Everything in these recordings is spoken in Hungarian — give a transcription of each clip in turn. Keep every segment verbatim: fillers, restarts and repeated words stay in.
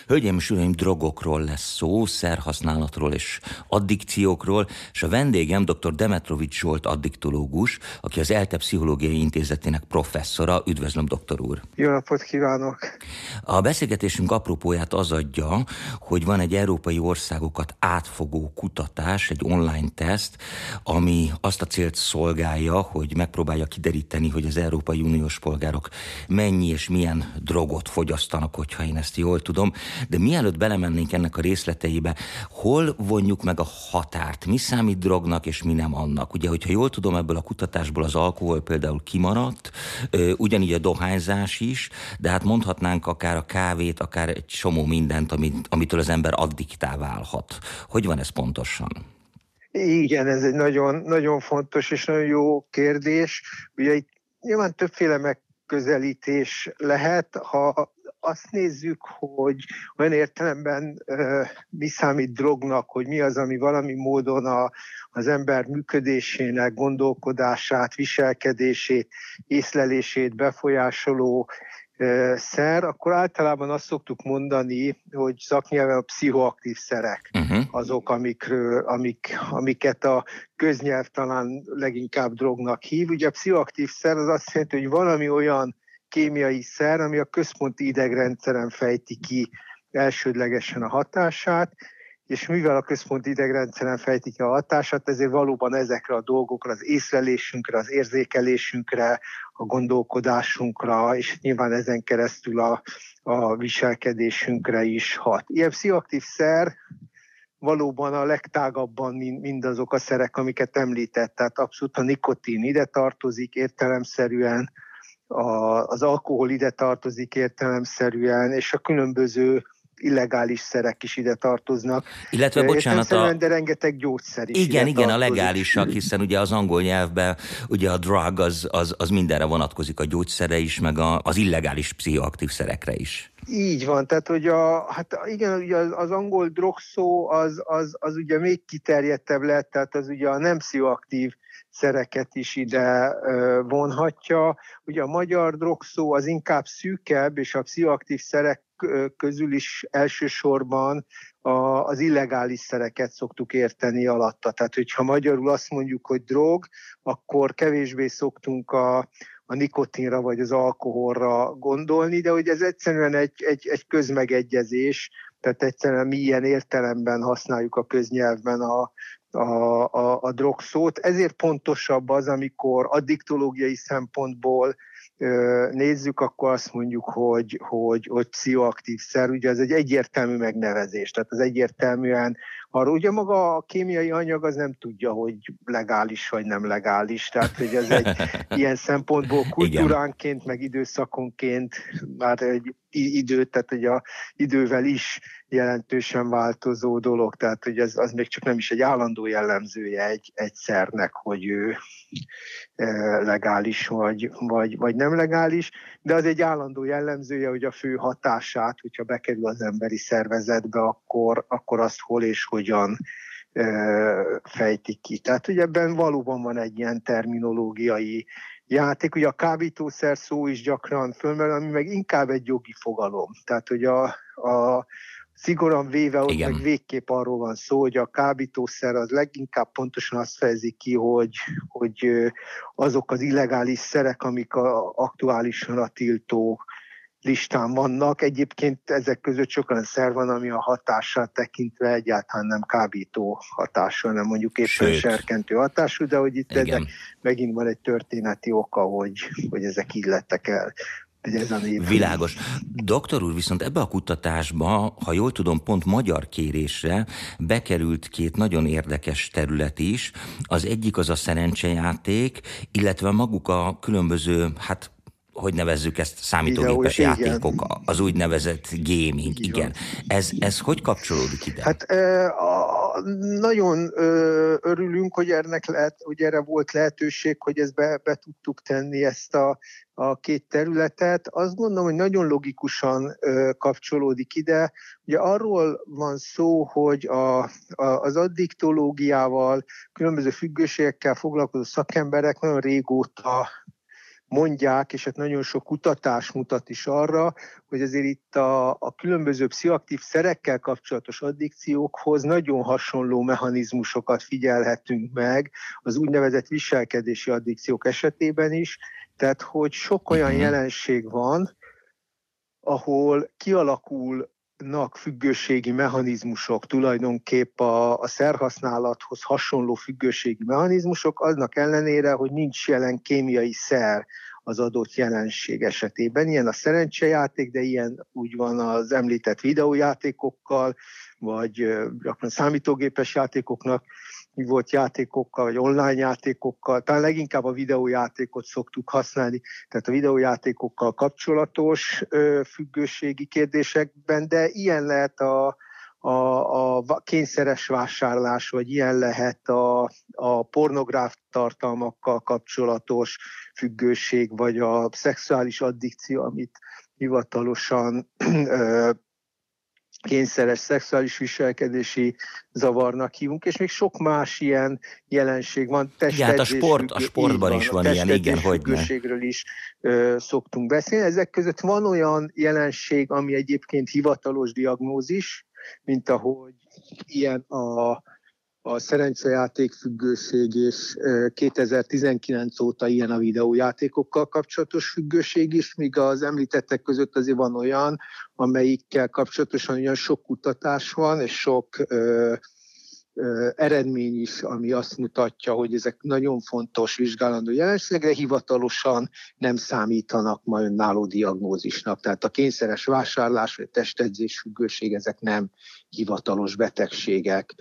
Hölgyeim és uraim, drogokról lesz szó, szerhasználatról és addikciókról, és a vendégem dr. Demetrovics Zsolt addiktológus, aki az ELTE Pszichológiai Intézetének professzora. Üdvözlöm, doktor úr! Jó napot kívánok! A beszélgetésünk apropóját az adja, hogy van egy európai országokat átfogó kutatás, egy online teszt, ami azt a célt szolgálja, hogy megpróbálja kideríteni, hogy az Európai Uniós polgárok mennyi és milyen drogot fogyasztanak, hogyha én ezt jól tudom. De mielőtt belemennénk ennek a részleteibe, hol vonjuk meg a határt? Mi számít drognak és mi nem annak? Ugye, hogyha jól tudom, ebből a kutatásból az alkohol például kimaradt, ugyanígy a dohányzás is, de hát mondhatnánk akár a kávét, akár egy csomó mindent, amit, amitől az ember addiktá válhat. Hogy van ez pontosan? Igen, ez egy nagyon, nagyon fontos és nagyon jó kérdés. Ugye itt nyilván többféle megközelítés lehet, ha azt nézzük, hogy olyan értelemben uh, mi számít drognak, hogy mi az, ami valami módon a, az ember működésének, gondolkodását, viselkedését, észlelését befolyásoló uh, szer, akkor általában azt szoktuk mondani, hogy szaknyelven a pszichoaktív szerek uh-huh. azok, amikről, amik, amiket a köznyelv talán leginkább drognak hív. Ugye a pszichoaktív szer az azt jelenti, hogy valami olyan kémiai szer, ami a központi idegrendszeren fejti ki elsődlegesen a hatását, és mivel a központi idegrendszeren fejti ki a hatását, ezért valóban ezekre a dolgokra, az észlelésünkre, az érzékelésünkre, a gondolkodásunkra, és nyilván ezen keresztül a, a viselkedésünkre is hat. Ilyen pszichoaktív szer valóban a legtágabban mindazok a szerek, amiket említett, tehát abszolút a nikotin ide tartozik értelemszerűen, A, az alkohol ide tartozik értelemszerűen, és a különböző illegális szerek is ide tartoznak. Illetve, bocsánat, a... de rengeteg gyógyszer is Igen, ide igen, tartozik. A legálisak, hiszen ugye az angol nyelvben ugye a drug az, az, az mindenre vonatkozik, a gyógyszere is, meg a, az illegális pszichoaktív szerekre is. Így van, tehát hogy a, hát igen, ugye az, az angol drog szó az, az, az ugye még kiterjedtebb lett, tehát az ugye a nem pszichoaktív szereket is ide vonhatja. Ugye a magyar drogszó az inkább szűkebb, és a pszichoaktív szerek közül is elsősorban a, az illegális szereket szoktuk érteni alatta. Tehát, hogyha magyarul azt mondjuk, hogy drog, akkor kevésbé szoktunk a, a nikotinra vagy az alkoholra gondolni, de hogy ez egyszerűen egy, egy, egy közmegegyezés, tehát egyszerűen mi ilyen értelemben használjuk a köznyelvben a A, a, a drogszót. Ezért pontosabb az, amikor addiktológiai szempontból ö, nézzük, akkor azt mondjuk, hogy, hogy, hogy pszichoaktív szer. Ugye ez egy egyértelmű megnevezés, tehát az egyértelműen arról, ugye maga a kémiai anyag az nem tudja, hogy legális vagy nem legális, tehát hogy ez egy ilyen szempontból kultúránként, igen, meg időszakonként már egy időt, tehát hogy a idővel is jelentősen változó dolog, tehát hogy ez, az még csak nem is egy állandó jellemzője egy, egy szernek, hogy ő legális vagy, vagy, vagy nem legális, de az egy állandó jellemzője, hogy a fő hatását, hogyha bekerül az emberi szervezetbe, akkor, akkor azt hol és hogyan fejtik ki. Tehát ugye ebben valóban van egy ilyen terminológiai játék, ugye a kábítószer szó is gyakran fölmerül, ami meg inkább egy jogi fogalom. Tehát, hogy a, a szigorúan véve ott igen, meg végképp arról van szó, hogy a kábítószer az leginkább pontosan azt fejezi ki, hogy, hogy azok az illegális szerek, amik a, aktuálisan a tiltó listán vannak. Egyébként ezek között sok olyan szer van, ami a hatását tekintve egyáltalán nem kábító hatású, hanem mondjuk éppen serkentő hatású, de hogy itt ezek, megint van egy történeti oka, hogy, hogy ezek így lettek el. Világos. Doktor úr, viszont ebbe a kutatásba, ha jól tudom, pont magyar kérésre bekerült két nagyon érdekes terület is. Az egyik az a szerencsejáték, illetve maguk a különböző, hát hogy nevezzük ezt, számítógépes igen, játékok, igen. az úgynevezett gaming, igen. igen. Ez, ez hogy kapcsolódik ide? Hát e, a, nagyon e, örülünk, hogy, ennek lehet, hogy erre volt lehetőség, hogy ezt be, be tudtuk tenni, ezt a, a két területet. Azt gondolom, hogy nagyon logikusan e, kapcsolódik ide. Ugye arról van szó, hogy a, a, az addiktológiával, különböző függőségekkel foglalkozó szakemberek nagyon régóta mondják, és hát nagyon sok kutatás mutat is arra, hogy azért itt a, a különböző pszichoaktív szerekkel kapcsolatos addikciókhoz nagyon hasonló mechanizmusokat figyelhetünk meg az úgynevezett viselkedési addikciók esetében is, tehát hogy sok olyan jelenség van, ahol kialakulnak függőségi mechanizmusok, tulajdonképp a, a szerhasználathoz hasonló függőségi mechanizmusok, annak ellenére, hogy nincs jelen kémiai szer az adott jelenség esetében. Ilyen a szerencsejáték, de ilyen úgy van az említett videójátékokkal, vagy gyakran számítógépes játékoknak volt játékokkal, vagy online játékokkal, talán leginkább a videójátékot szoktuk használni, tehát a videójátékokkal kapcsolatos ö, függőségi kérdésekben, de ilyen lehet a, a, a kényszeres vásárlás, vagy ilyen lehet a, a pornográf tartalmakkal kapcsolatos függőség, vagy a szexuális addikció, amit hivatalosan ö, kényszeres szexuális viselkedési zavarnak hívunk, és még sok más ilyen jelenség van. Igen, hát a, sport, a sportban is van, van ilyen, igen, hogy függőségről is ö, szoktunk beszélni. Ezek között van olyan jelenség, ami egyébként hivatalos diagnózis, mint ahogy ilyen a a szerencsejáték függőség, és kétezer-tizenkilenc óta ilyen a videójátékokkal kapcsolatos függőség is, míg az említettek között azért van olyan, amelyikkel kapcsolatosan olyan sok kutatás van, és sok ö, ö, eredmény is, ami azt mutatja, hogy ezek nagyon fontos vizsgálandó jelenségek, de hivatalosan nem számítanak ma önálló diagnózisnak. Tehát a kényszeres vásárlás vagy testedzés függőség, ezek nem hivatalos betegségek.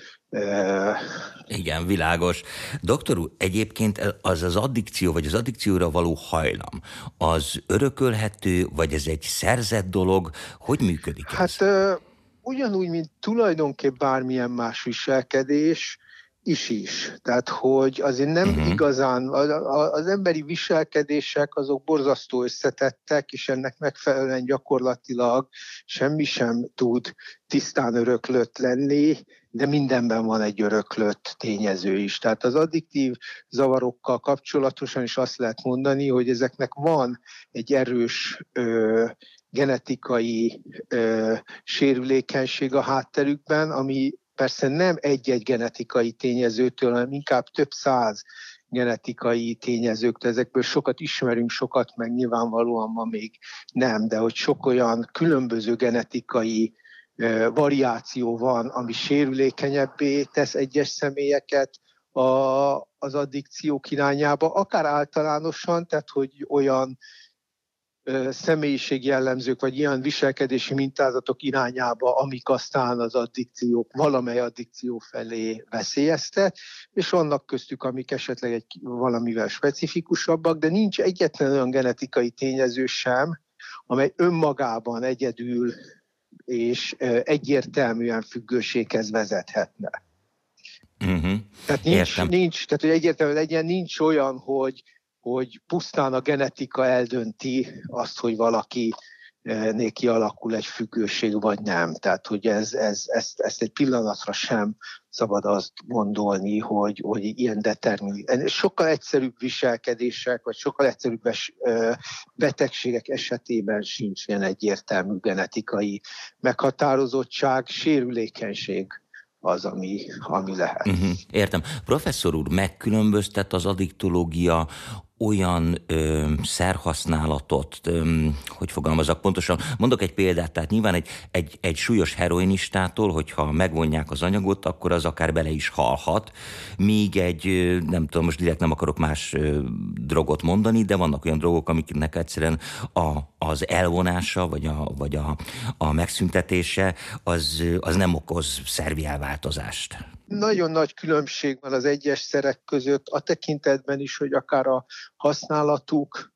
Igen, világos. Doktor úr, egyébként az az addikció, vagy az addikcióra való hajlam, az örökölhető, vagy ez egy szerzett dolog? Hogy működik ez? Hát uh, ugyanúgy, mint tulajdonképp bármilyen más viselkedés, is is. Tehát, hogy azért nem uh-huh. igazán, az emberi viselkedések azok borzasztó összetettek, és ennek megfelelően gyakorlatilag semmi sem tud tisztán öröklött lenni, de mindenben van egy öröklött tényező is. Tehát az addiktív zavarokkal kapcsolatosan is azt lehet mondani, hogy ezeknek van egy erős ö, genetikai ö, sérülékenység a hátterükben, ami persze nem egy-egy genetikai tényezőtől, hanem inkább több száz genetikai tényezőktől. Ezekből sokat ismerünk, sokat meg nyilvánvalóan ma még nem, de hogy sok olyan különböző genetikai uh, variáció van, ami sérülékenyebbé tesz egyes személyeket a, az addikciók irányába, akár általánosan, tehát hogy olyan személyiségjellemzők, vagy ilyen viselkedési mintázatok irányába, amik aztán az addikciók, valamely addikció felé veszélyeztet, és vannak köztük, amik esetleg egy valamivel specifikusabbak, de nincs egyetlen olyan genetikai tényező sem, amely önmagában egyedül és egyértelműen függőséghez vezethetne. Uh-huh. Tehát nincs, nincs, tehát hogy egyértelműen legyen, nincs olyan, hogy hogy pusztán a genetika eldönti azt, hogy valakinél kialakul egy függőség, vagy nem. Tehát, hogy ez, ez, ezt, ezt egy pillanatra sem szabad azt gondolni, hogy, hogy ilyen determin. Sokkal egyszerűbb viselkedések, vagy sokkal egyszerűbb betegségek esetében sincs ilyen egyértelmű genetikai meghatározottság, sérülékenység az, ami, ami lehet. Uh-huh. Értem. Professzor úr, megkülönböztet az addiktológia olyan ö, szerhasználatot, ö, hogy fogalmazok pontosan, mondok egy példát, tehát nyilván egy, egy, egy súlyos heroinistától, hogyha megvonják az anyagot, akkor az akár bele is halhat, míg egy, ö, nem tudom, most direkt nem akarok más ö, drogot mondani, de vannak olyan drogok, amiknek egyszerűen a, az elvonása, vagy a, vagy a, a megszüntetése, az, az nem okoz szervi elváltozást. Nagyon nagy különbség van az egyes szerek között, a tekintetben is, hogy akár a használatuk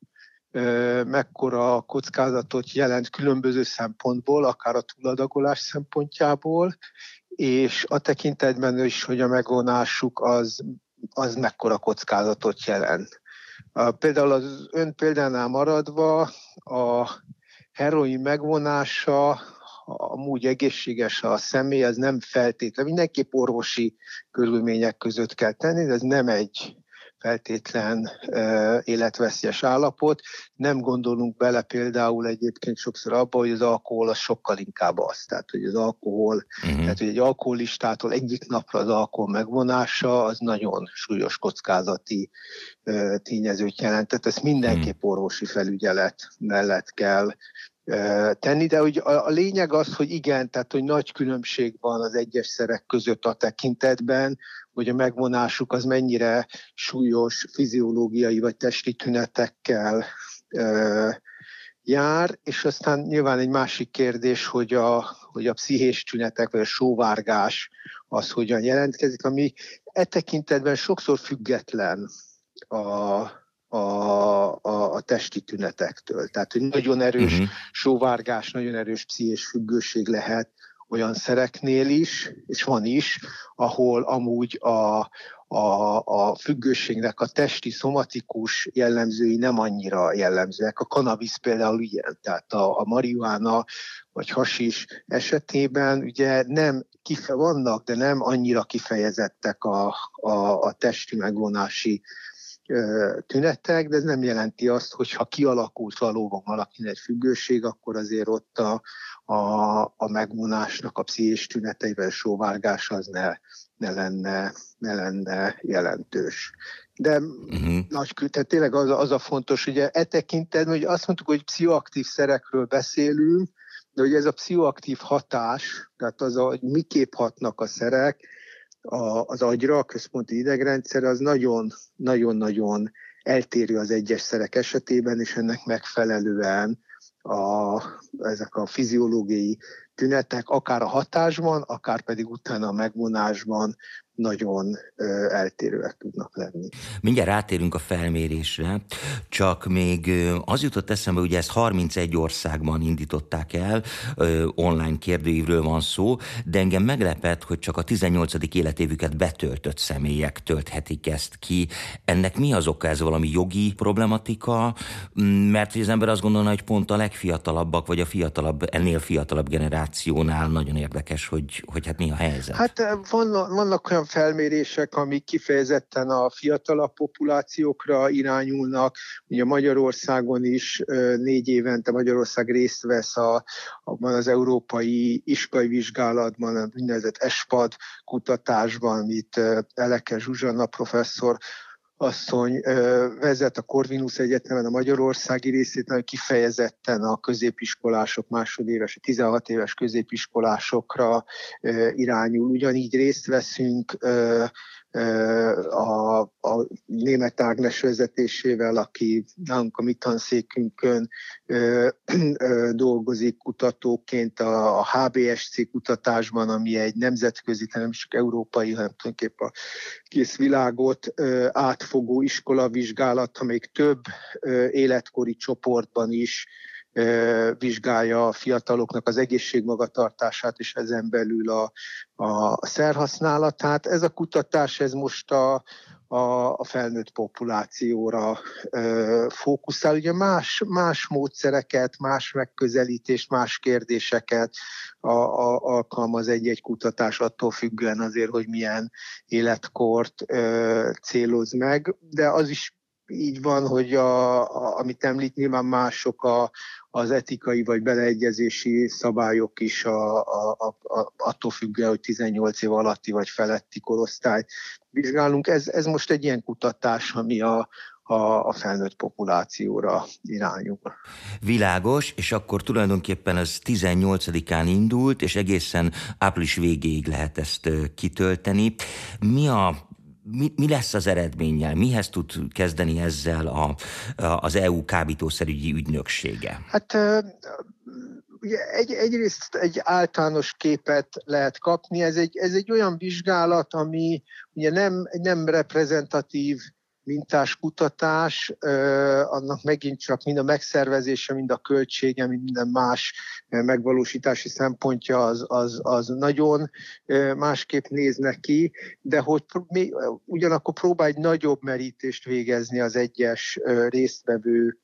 mekkora kockázatot jelent különböző szempontból, akár a túladagolás szempontjából, és a tekintetben is, hogy a megvonásuk az, az mekkora kockázatot jelent. Például az ön példánál maradva a heroin megvonása, amúgy egészséges a személy, az nem feltétlenül, mindenképp orvosi körülmények között kell tenni, de ez nem egy feltétlen életveszélyes állapot. Nem gondolunk bele például egyébként sokszor abba, hogy az alkohol az sokkal inkább az. Tehát, hogy az alkohol, uh-huh. tehát, hogy egy alkoholistától egyik napra az alkohol megvonása, az nagyon súlyos kockázati tényezőt jelent. Tehát ezt mindenképp orvosi felügyelet mellett kell tenni, de hogy a, a lényeg az, hogy igen, tehát hogy nagy különbség van az egyes szerek között a tekintetben, hogy a megvonásuk az mennyire súlyos fiziológiai vagy testi tünetekkel ö, jár, és aztán nyilván egy másik kérdés, hogy a, hogy a pszichés tünetek, vagy a sóvárgás az hogyan jelentkezik, ami e tekintetben sokszor független a A, a, a testi tünetektől. Tehát, hogy nagyon erős uh-huh. sóvárgás, nagyon erős pszichés függőség lehet olyan szereknél is, és van is, ahol amúgy a, a, a függőségnek a testi, szomatikus jellemzői nem annyira jellemzőek. A kannabisz például ilyen, tehát a, a marihuána vagy hasis esetében ugye nem kife vannak, de nem annyira kifejezettek a, a, a testi megvonási tünetek, de ez nem jelenti azt, hogy ha kialakult valóban valakinek egy függőség, akkor azért ott a, a, a megvonásnak a pszichés tüneteivel sóvárgás az ne, ne, lenne, ne lenne jelentős. De uh-huh. nagy, tehát tényleg az, az a fontos, hogy e tekintetben, hogy azt mondtuk, hogy pszichoaktív szerekről beszélünk, de hogy ez a pszichoaktív hatás, tehát az, a, hogy miképp hatnak a szerek, A, az agyra, a központi idegrendszer az nagyon-nagyon eltérő az egyes szerek esetében, és ennek megfelelően a, ezek a fiziológiai tünetek akár a hatásban, akár pedig utána a megvonásban nagyon ö, eltérőek tudnak lenni. Mindjárt rátérünk a felmérésre, csak még az jutott eszembe, hogy ezt harmincegy országban indították el, ö, online kérdőívről van szó, de engem meglepett, hogy csak a tizennyolcadik életévüket betöltött személyek tölthetik ezt ki. Ennek mi az oka? Ez valami jogi problematika? Mert az ember azt gondolna, hogy pont a legfiatalabbak, vagy a fiatalabb, ennél fiatalabb generációnál nagyon érdekes, hogy, hogy hát mi a helyzet. Hát vannak, vannak olyan felmérések, amik kifejezetten a fiatalabb populációkra irányulnak. Ugye Magyarországon is négy évente Magyarország részt vesz a, abban az európai iskolai vizsgálatban, a úgynevezett ESPAD kutatásban, amit Eleke Zsuzsanna professzor asszony vezet a Corvinus Egyetemen a magyarországi részét, nagyon kifejezetten a középiskolások, másodéves, tizenhat éves középiskolásokra irányul. Ugyanígy részt veszünk a, a Németh Ágnes vezetésével, aki nálunk a mi tanszékünkön ö, ö, dolgozik kutatóként a, a há bé es cé kutatásban, ami egy nemzetközi, nem csak európai, hanem tulajdonképpen a kész világot ö, átfogó iskolavizsgálat, amelyik több ö, életkori csoportban is vizsgálja a fiataloknak az egészségmagatartását, és ezen belül a, a szerhasználatát. Ez a kutatás, ez most a, a, a felnőtt populációra ö, fókuszál. Ugye más, más módszereket, más megközelítést, más kérdéseket a, a, alkalmaz egy-egy kutatás attól függően azért, hogy milyen életkort ö, céloz meg, de az is így van, hogy a, a, amit említ, nyilván mások a, az etikai vagy beleegyezési szabályok is a, a, a, attól függően, hogy tizennyolc év alatti vagy feletti korosztályt vizsgálunk. Ez, ez most egy ilyen kutatás, ami a, a, a felnőtt populációra irányul. Világos, és akkor tulajdonképpen ez tizennyolcadikán indult, és egészen április végéig lehet ezt kitölteni. Mi a Mi, mi lesz az eredménnyel? Mihez tud kezdeni ezzel a, a, az é u kábítószerügyi ügynöksége? Hát ugye egy, egyrészt egy általános képet lehet kapni. Ez egy, ez egy olyan vizsgálat, ami ugye nem, nem reprezentatív mintás kutatás, annak megint csak mind a megszervezése, mind a költsége, mind minden más megvalósítási szempontja az, az, az nagyon másképp néz neki, de hogy ugyanakkor próbál egy nagyobb merítést végezni az egyes résztvevő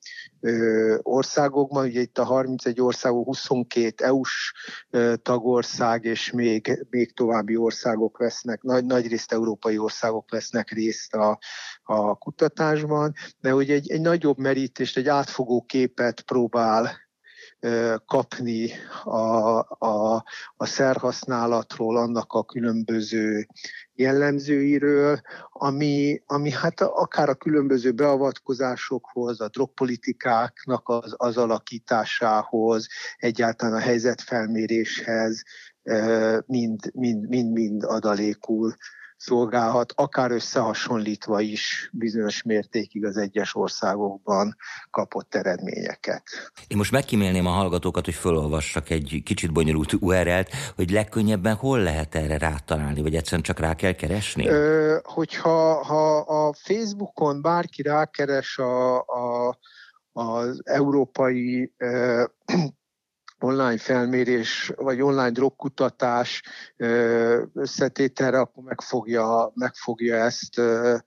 országokban, ugye itt a harmincegy országú huszonkét é u-s tagország, és még, még további országok vesznek, nagy, nagyrészt európai országok vesznek részt a, a kutatásban, de hogy egy, egy nagyobb merítést, egy átfogó képet próbál kapni a, a, a szerhasználatról, annak a különböző jellemzőiről, ami, ami hát akár a különböző beavatkozásokhoz, a drogpolitikáknak az, az alakításához, egyáltalán a helyzetfelméréshez mind, mind, mind, mind adalékul szolgálhat, akár összehasonlítva is bizonyos mértékig az egyes országokban kapott eredményeket. Én most megkímélném a hallgatókat, hogy felolvassak egy kicsit bonyolult u er el-t, hogy legkönnyebben hol lehet erre rátalálni, vagy egyszerűen csak rá kell keresni? Ö, hogyha ha a Facebookon bárki rákeres a, a, az európai ö, online felmérés, vagy online drogkutatás összetételre, akkor meg fogja, meg fogja ezt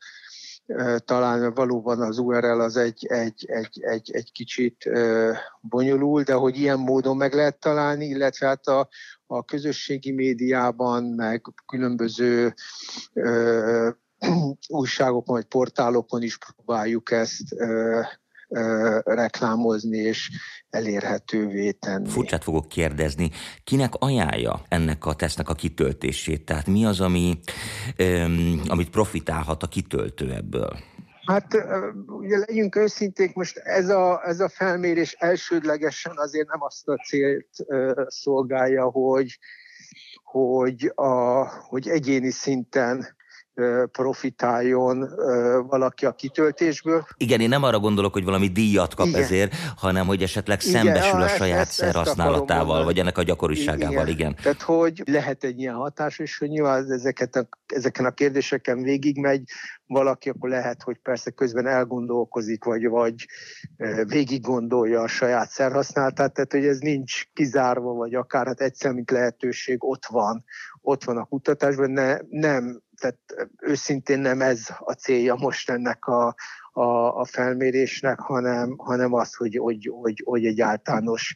találni. Valóban az u er el az egy, egy, egy, egy, egy kicsit bonyolult, de hogy ilyen módon meg lehet találni, illetve hát a, a közösségi médiában, meg különböző ö, újságokon, vagy portálokon is próbáljuk ezt ö, ö, reklámozni, és elérhetővé tenni. Furcsát fogok kérdezni, kinek ajánlja ennek a tesztnek a kitöltését? Tehát mi az, ami, öm, amit profitálhat a kitöltő ebből? Hát ugye legyünk őszinték, most ez a, ez a felmérés elsődlegesen azért nem azt a célt uh, szolgálja, hogy, hogy, a, hogy egyéni szinten profitáljon valaki a kitöltésből. Igen, én nem arra gondolok, hogy valami díjat kap igen. ezért, hanem hogy esetleg igen, szembesül a saját ezt, szerhasználatával, vagy ennek a gyakoriságával. Igen. igen. Tehát, hogy lehet egy ilyen hatás, és hogy nyilván ezeket a, ezeken a kérdéseken végigmegy valaki, akkor lehet, hogy persze közben elgondolkozik, vagy, vagy végig gondolja a saját szerhasználatát, tehát hogy ez nincs kizárva, vagy akár hát egyszer, mint lehetőség ott van, ott van a kutatásban, ne, nem, tehát őszintén nem ez a célja most ennek a, a, a felmérésnek, hanem, hanem az, hogy, hogy, hogy, hogy egy általános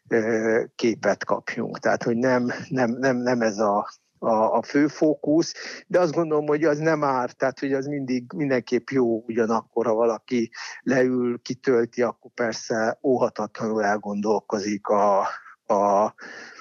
képet kapjunk. Tehát, hogy nem, nem, nem, nem ez a A, a fő fókusz, de azt gondolom, hogy az nem árt, tehát hogy az mindig mindenképp jó, ugyanakkor, ha valaki leül, kitölti, akkor persze óhatatlanul elgondolkozik a, a,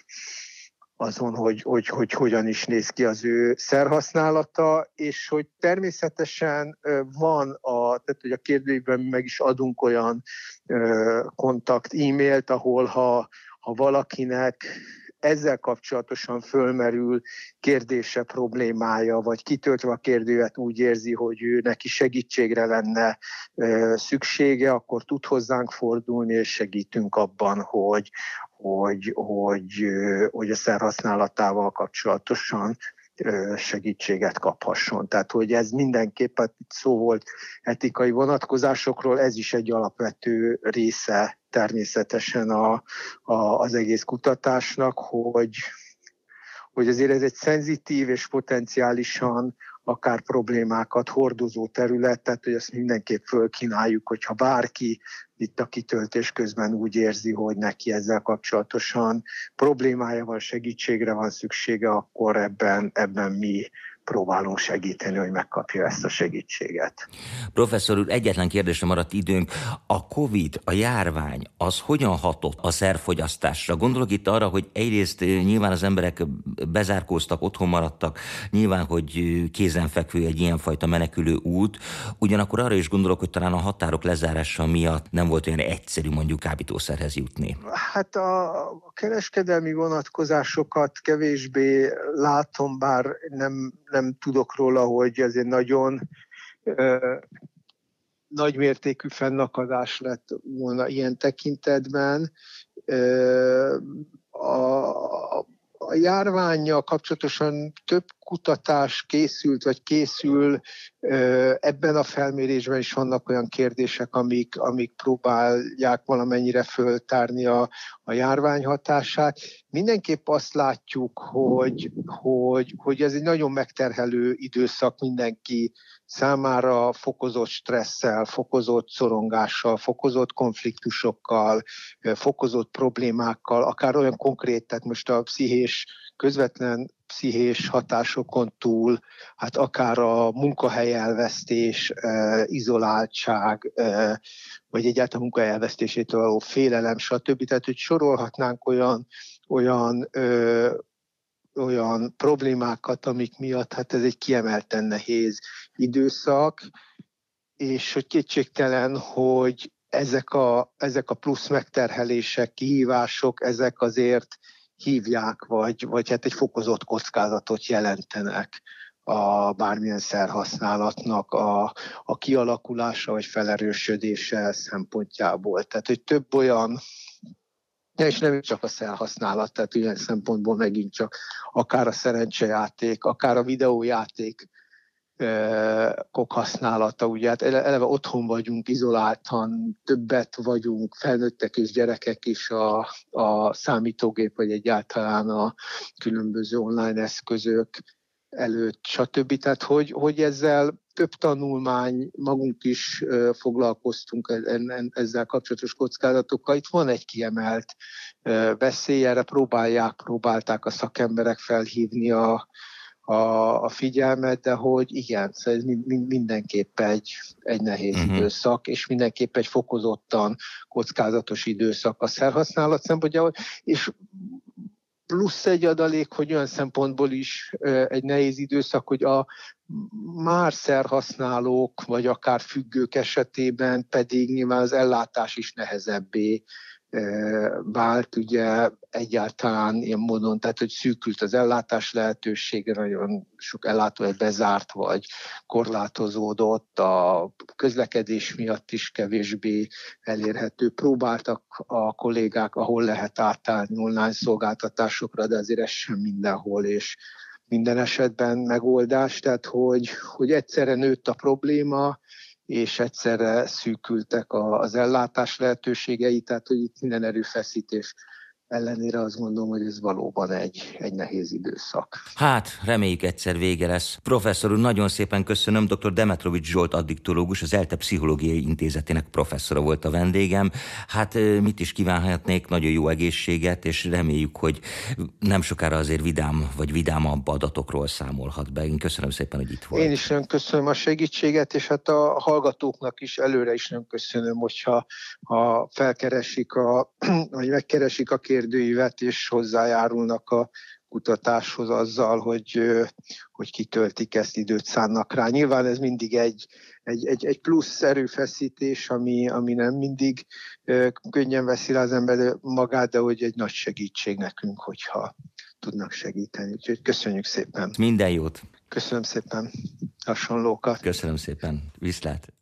azon, hogy, hogy, hogy hogyan is néz ki az ő szerhasználata, és hogy természetesen van, a, tehát hogy a kérdőjében meg is adunk olyan kontakt e-mailt, ahol ha, ha valakinek ezzel kapcsolatosan fölmerül kérdése, problémája, vagy kitöltve a kérdővet úgy érzi, hogy ő neki segítségre lenne e, szüksége, akkor tud hozzánk fordulni, és segítünk abban, hogy, hogy, hogy, hogy a szerhasználatával kapcsolatosan segítséget kaphasson. Tehát, hogy ez mindenképpen szó volt etikai vonatkozásokról, ez is egy alapvető része természetesen a, a, az egész kutatásnak, hogy, hogy azért ez egy szenzitív és potenciálisan akár problémákat hordozó terület, tehát hogy ezt mindenképp fölkínáljuk, hogyha bárki itt a kitöltés közben úgy érzi, hogy neki ezzel kapcsolatosan problémája van, segítségre van szüksége, akkor ebben, ebben mi próbálunk segíteni, hogy megkapja ezt a segítséget. Professzor úr, egyetlen kérdésre maradt időnk. A Covid, a járvány, az hogyan hatott a szerfogyasztásra? Gondolok itt arra, hogy egyrészt nyilván az emberek bezárkóztak, otthon maradtak, nyilván, hogy kézenfekvő egy ilyenfajta menekülő út, ugyanakkor arra is gondolok, hogy talán a határok lezárása miatt nem volt olyan egyszerű mondjuk kábítószerhez jutni. Hát a kereskedelmi vonatkozásokat kevésbé látom, bár nem, nem tudok róla, hogy ez egy nagyon ö, nagymértékű fennakadás lett volna ilyen tekintetben. Ö, a, a járvánnyal kapcsolatosan több kutatás készült, vagy készül, ebben a felmérésben is vannak olyan kérdések, amik, amik próbálják valamennyire föltárni a, a járvány hatását. Mindenképp azt látjuk, hogy, hogy, hogy ez egy nagyon megterhelő időszak mindenki számára, fokozott stresszel, fokozott szorongással, fokozott konfliktusokkal, fokozott problémákkal, akár olyan konkrét, tehát most a pszichés, közvetlen pszichés hatásokon túl, hát akár a munkahely elvesztés, izoláltság, vagy egyáltalán munkahely elvesztésétől való félelem, stb. Tehát, hogy sorolhatnánk olyan, olyan, ö, olyan problémákat, amik miatt hát ez egy kiemelten nehéz időszak, és hogy kétségtelen, hogy ezek a, ezek a plusz megterhelések, kihívások, ezek azért hívják, vagy, vagy hát egy fokozott kockázatot jelentenek a bármilyen szerhasználatnak a, a kialakulása vagy felerősödése szempontjából. Tehát, hogy több olyan, és nem csak a szerhasználat, tehát ilyen szempontból megint csak akár a szerencsejáték, akár a videójáték kok használata, ugye hát eleve otthon vagyunk, izoláltan, többet vagyunk, felnőttek és gyerekek is a, a számítógép, vagy egyáltalán a különböző online eszközök előtt, stb. Tehát, hogy, hogy ezzel több tanulmány, magunk is foglalkoztunk ezzel kapcsolatos kockázatokkal. Itt van egy kiemelt veszély, erre próbálják, próbálták a szakemberek felhívni a A, a figyelmet, de hogy igen, szóval ez mindenképp egy, egy nehéz uh-huh. időszak, és mindenképp egy fokozottan kockázatos időszak a szerhasználat szempontjából, és plusz egy adalék, hogy olyan szempontból is egy nehéz időszak, hogy a már szerhasználók, vagy akár függők esetében pedig nyilván az ellátás is nehezebbé vált, ugye egyáltalán ilyen módon, tehát hogy szűkült az ellátás lehetősége, nagyon sok ellátó bezárt vagy korlátozódott, a közlekedés miatt is kevésbé elérhető. Próbáltak a kollégák, ahol lehet átállni online szolgáltatásokra, de azért ez sem mindenhol, és minden esetben megoldás, tehát hogy, hogy egyszerre nőtt a probléma, és egyszerre szűkültek az ellátás lehetőségei, tehát hogy itt minden erőfeszítés ellenére azt gondolom, hogy ez valóban egy, egy nehéz időszak. Hát, reméljük egyszer vége lesz. Professzor úr, nagyon szépen köszönöm. dr. Demetrovics Zsolt addiktológus, az ELTE Pszichológiai Intézetének professzora volt a vendégem. Hát mit is kívánhatnék, nagyon jó egészséget, és reméljük, hogy nem sokára azért vidám vagy vidámabb adatokról számolhat be. Én köszönöm szépen, hogy itt volt. Én is nagyon köszönöm a segítséget, és hát a hallgatóknak is előre is nagyon köszönöm, hogyha ha felkeresik, a, vagy megkeresik a kérdőívet, és hozzájárulnak a kutatáshoz azzal, hogy, hogy kitöltik ezt, időt szánnak rá. Nyilván ez mindig egy, egy, egy, egy plusz erőfeszítés, ami, ami nem mindig könnyen veszi rá az ember magát, de hogy egy nagy segítség nekünk, hogyha tudnak segíteni. Úgyhogy köszönjük szépen. Minden jót. Köszönöm szépen. Hasonlókat. Köszönöm szépen. Viszlát.